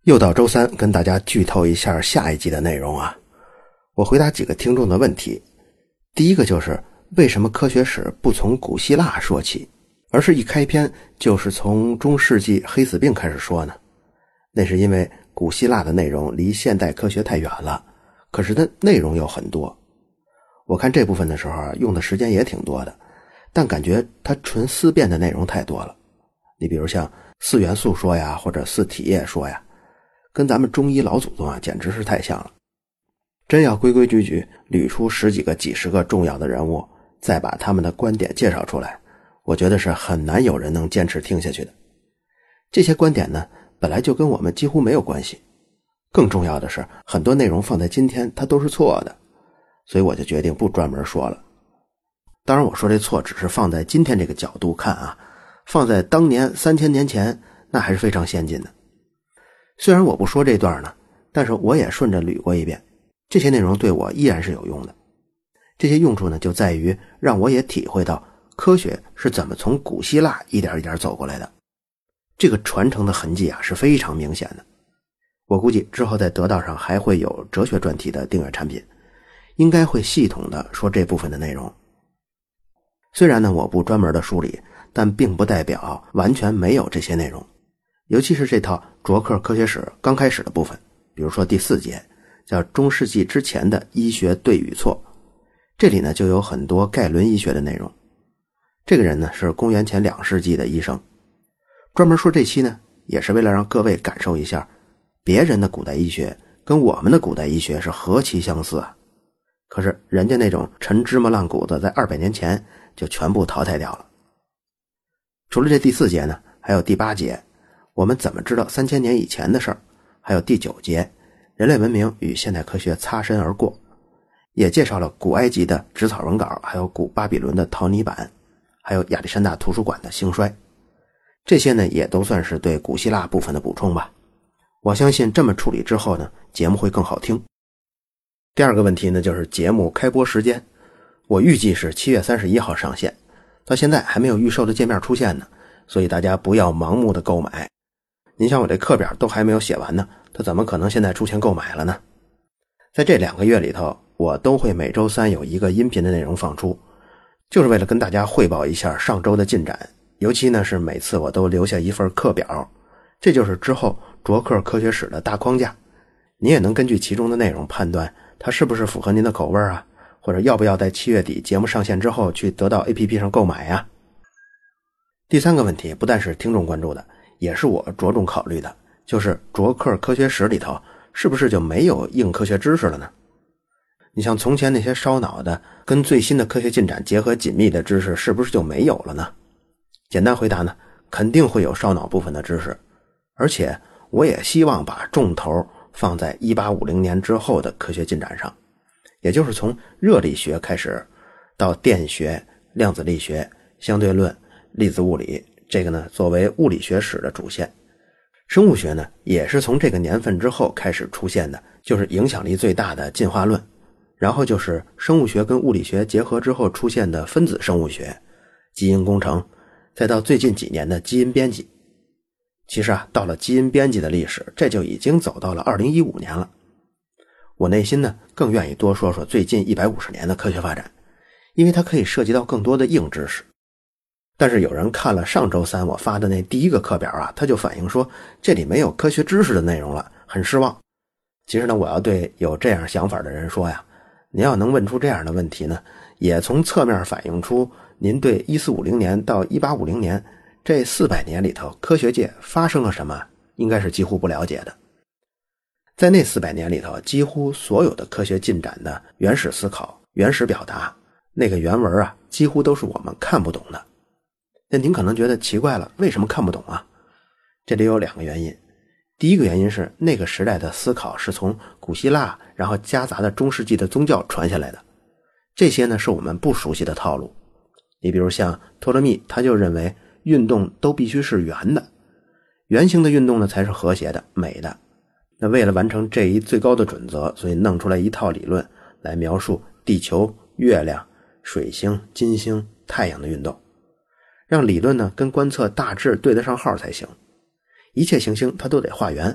又到周三，跟大家剧透一下下一集的内容啊。我回答几个听众的问题。第一个就是为什么科学史不从古希腊说起，而是一开篇就是从中世纪黑死病开始说呢？那是因为古希腊的内容离现代科学太远了，可是它内容又很多。我看这部分的时候用的时间也挺多的，但感觉它纯思辨的内容太多了。你比如像四元素说呀，或者四体液说呀，跟咱们中医老祖宗啊简直是太像了。真要规规矩矩捋出十几个几十个重要的人物，再把他们的观点介绍出来，我觉得是很难有人能坚持听下去的。这些观点呢本来就跟我们几乎没有关系，更重要的是很多内容放在今天它都是错的，所以我就决定不专门说了。当然我说这错只是放在今天这个角度看啊，放在当年3000年前那还是非常先进的。虽然我不说这段呢，但是我也顺着捋过一遍，这些内容对我依然是有用的。这些用处呢就在于让我也体会到科学是怎么从古希腊一点一点走过来的，这个传承的痕迹啊是非常明显的。我估计之后在得道上还会有哲学专题的订阅产品，应该会系统的说这部分的内容。虽然呢我不专门的梳理，但并不代表完全没有这些内容。尤其是这套卓克科学史刚开始的部分，比如说第4节叫中世纪之前的医学对与错，这里呢就有很多概论医学的内容。这个人呢是公元前2世纪的医生，专门说这期呢也是为了让各位感受一下别人的古代医学跟我们的古代医学是何其相似啊。可是人家那种陈芝麻烂谷子在200年前就全部淘汰掉了。除了这第4节呢，还有第8节我们怎么知道3000年以前的事儿，还有第9节人类文明与现代科学擦身而过，也介绍了古埃及的纸草文稿，还有古巴比伦的陶泥板，还有亚历山大图书馆的兴衰。这些呢也都算是对古希腊部分的补充吧。我相信这么处理之后呢，节目会更好听。第二个问题呢就是节目开播时间，我预计是7月31号上线，到现在还没有预售的界面出现呢，所以大家不要盲目的购买。您像我这课表都还没有写完呢，它怎么可能现在出现购买了呢？在这2个月里头，我都会每周3有一个音频的内容放出，就是为了跟大家汇报一下上周的进展，尤其呢是每次我都留下一份课表，这就是之后卓克科学史的大框架。你也能根据其中的内容判断它是不是符合您的口味啊，或者要不要在7月底节目上线之后去得到 APP 上购买啊。第3个问题不但是听众关注的，也是我着重考虑的，就是卓克科学史里头是不是就没有硬科学知识了呢？你像从前那些烧脑的跟最新的科学进展结合紧密的知识是不是就没有了呢？简单回答呢，肯定会有烧脑部分的知识，而且我也希望把重头放在1850年之后的科学进展上，也就是从热力学开始到电学、量子力学、相对论、粒子物理，这个呢作为物理学史的主线。生物学呢也是从这个年份之后开始出现的，就是影响力最大的进化论，然后就是生物学跟物理学结合之后出现的分子生物学、基因工程，再到最近几年的基因编辑。其实啊，到了基因编辑的历史，这就已经走到了2015年了。我内心呢更愿意多说说最近150年的科学发展，因为它可以涉及到更多的硬知识。但是有人看了上周3我发的那第1个课表啊，他就反映说这里没有科学知识的内容了，很失望。其实呢，我要对有这样想法的人说呀，您要能问出这样的问题呢，也从侧面反映出您对1450年到1850年这400年里头科学界发生了什么应该是几乎不了解的。在那400年里头，几乎所有的科学进展的原始思考、原始表达，那个原文啊，几乎都是我们看不懂的。那您可能觉得奇怪了，为什么看不懂啊？这里有2个原因。第一个原因是那个时代的思考是从古希腊然后夹杂的中世纪的宗教传下来的，这些呢是我们不熟悉的套路。你比如像托勒密，他就认为运动都必须是圆的，圆形的运动呢才是和谐的、美的。那为了完成这一最高的准则，所以弄出来一套理论来描述地球、月亮、水星、金星、太阳的运动，让理论呢跟观测大致对得上号才行。一切行星它都得画圆，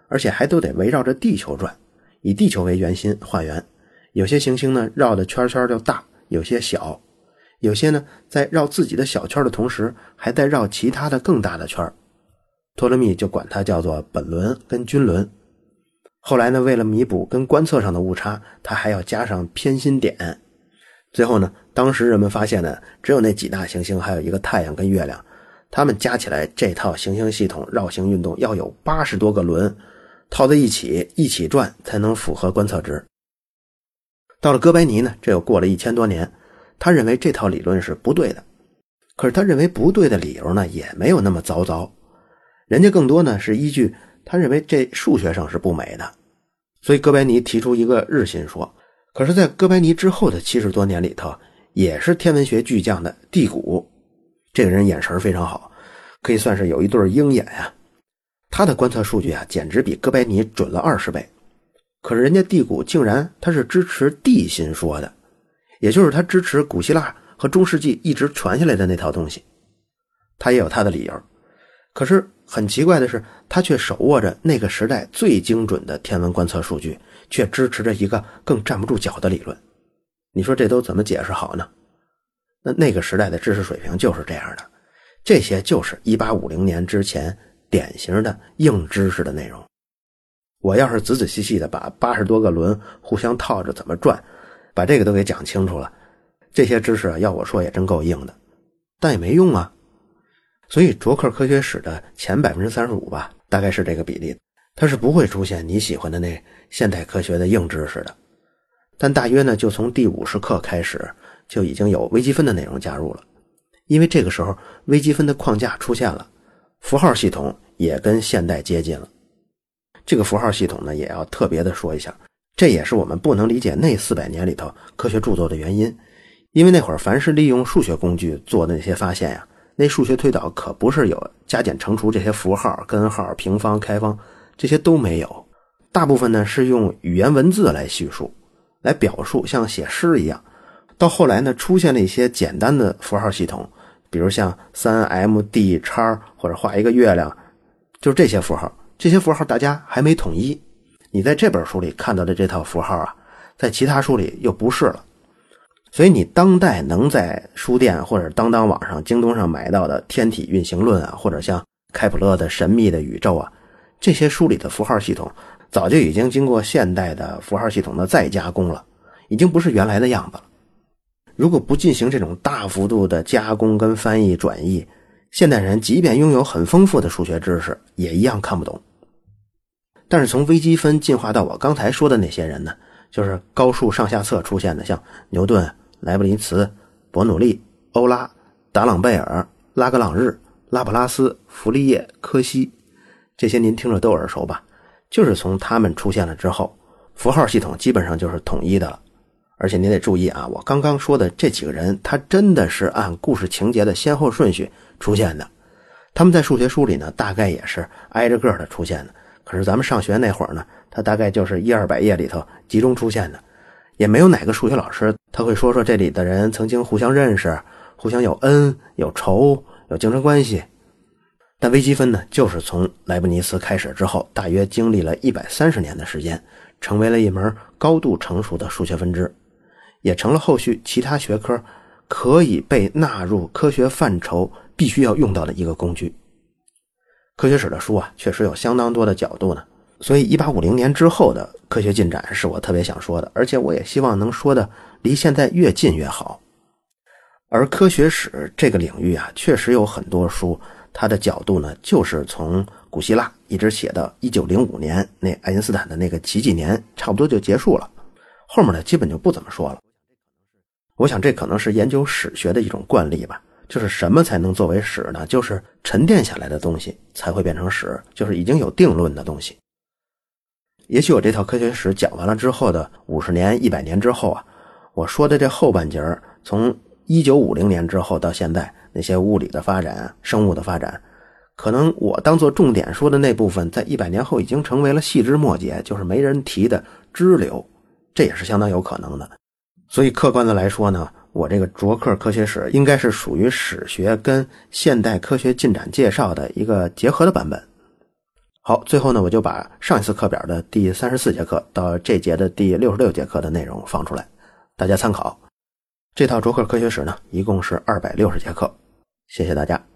而且还都得围绕着地球转，以地球为圆心画圆。有些行星呢绕的圈圈就大，有些小，有些呢在绕自己的小圈的同时还在绕其他的更大的圈。托勒密就管它叫做本轮跟均轮。后来呢，为了弥补跟观测上的误差，他还要加上偏心点。最后呢，当时人们发现呢，只有那几大行星还有一个太阳跟月亮，它们加起来这套行星系统绕行运动要有80多个轮，套在一起转才能符合观测值。到了哥白尼呢，这又过了1000多年，他认为这套理论是不对的。可是他认为不对的理由呢，也没有那么糟糕。人家更多呢是依据他认为这数学上是不美的，所以哥白尼提出一个日心说。可是在哥白尼之后的70多年里头，也是天文学巨匠的第谷，这个人眼神非常好，可以算是有一对鹰眼啊。他的观测数据啊，简直比哥白尼准了20倍。可是人家第谷竟然他是支持地心说的，也就是他支持古希腊和中世纪一直传下来的那套东西。他也有他的理由，可是很奇怪的是，他却手握着那个时代最精准的天文观测数据，却支持着一个更站不住脚的理论。你说这都怎么解释好呢？那个时代的知识水平就是这样的，这些就是1850年之前典型的硬知识的内容。我要是仔仔细细的把80多个轮互相套着怎么转，把这个都给讲清楚了，这些知识要我说也真够硬的，但也没用啊。所以卓克科学史的前 35% 吧，大概是这个比例，它是不会出现你喜欢的那现代科学的硬知识的。但大约呢，就从第50课开始，就已经有微积分的内容加入了。因为这个时候微积分的框架出现了，符号系统也跟现代接近了。这个符号系统呢，也要特别的说一下，这也是我们不能理解那400年里头科学著作的原因。因为那会儿凡是利用数学工具做的那些发现呀，那数学推导可不是有加减乘除这些符号、根号、平方、开方，这些都没有。大部分呢是用语言文字来叙述，来表述，像写诗一样。到后来呢，出现了一些简单的符号系统，比如像 3MD 叉或者画一个月亮，就是这些符号。这些符号大家还没统一，你在这本书里看到的这套符号啊，在其他书里又不是了。所以你当代能在书店或者当当网上、京东上买到的天体运行论啊，或者像开普勒的神秘的宇宙啊，这些书里的符号系统早就已经经过现代的符号系统的再加工了，已经不是原来的样子了。如果不进行这种大幅度的加工跟翻译转译，现代人即便拥有很丰富的数学知识，也一样看不懂。但是从微积分进化到我刚才说的那些人呢，就是高数上下册出现的，像牛顿、莱布尼茨、伯努利、欧拉、达朗贝尔、拉格朗日、拉普拉斯、弗利叶、柯西，这些您听着都耳熟吧？就是从他们出现了之后，符号系统基本上就是统一的了。而且您得注意啊，我刚刚说的这几个人，他真的是按故事情节的先后顺序出现的。他们在数学书里呢，大概也是挨着个的出现的。可是咱们上学那会儿呢，他大概就是100-200页里头集中出现的，也没有哪个数学老师他会说这里的人曾经互相认识，互相有恩有仇有竞争关系。但微积分呢，就是从莱布尼茨开始之后，大约经历了130年的时间，成为了一门高度成熟的数学分支，也成了后续其他学科可以被纳入科学范畴必须要用到的一个工具。科学史的书啊，确实有相当多的角度呢，所以1850年之后的科学进展是我特别想说的，而且我也希望能说的离现在越近越好。而科学史这个领域啊，确实有很多书，它的角度呢，就是从古希腊一直写到1905年那爱因斯坦的那个奇迹年，差不多就结束了，后面呢基本就不怎么说了。我想这可能是研究史学的一种惯例吧，就是什么才能作为史呢？就是沉淀下来的东西才会变成史，就是已经有定论的东西。也许我这套科学史讲完了之后的50年、100年之后啊，我说的这后半截从1950年之后到现在那些物理的发展、生物的发展，可能我当做重点说的那部分，在100年后已经成为了细枝末节，就是没人提的支流，这也是相当有可能的。所以客观的来说呢，我这个卓克科学史应该是属于史学跟现代科学进展介绍的一个结合的版本。 好，最后呢，我就把上一次课表的第34节课到这节的第66节课的内容放出来，大家参考。这套卓克科学史呢，一共是260节课。谢谢大家。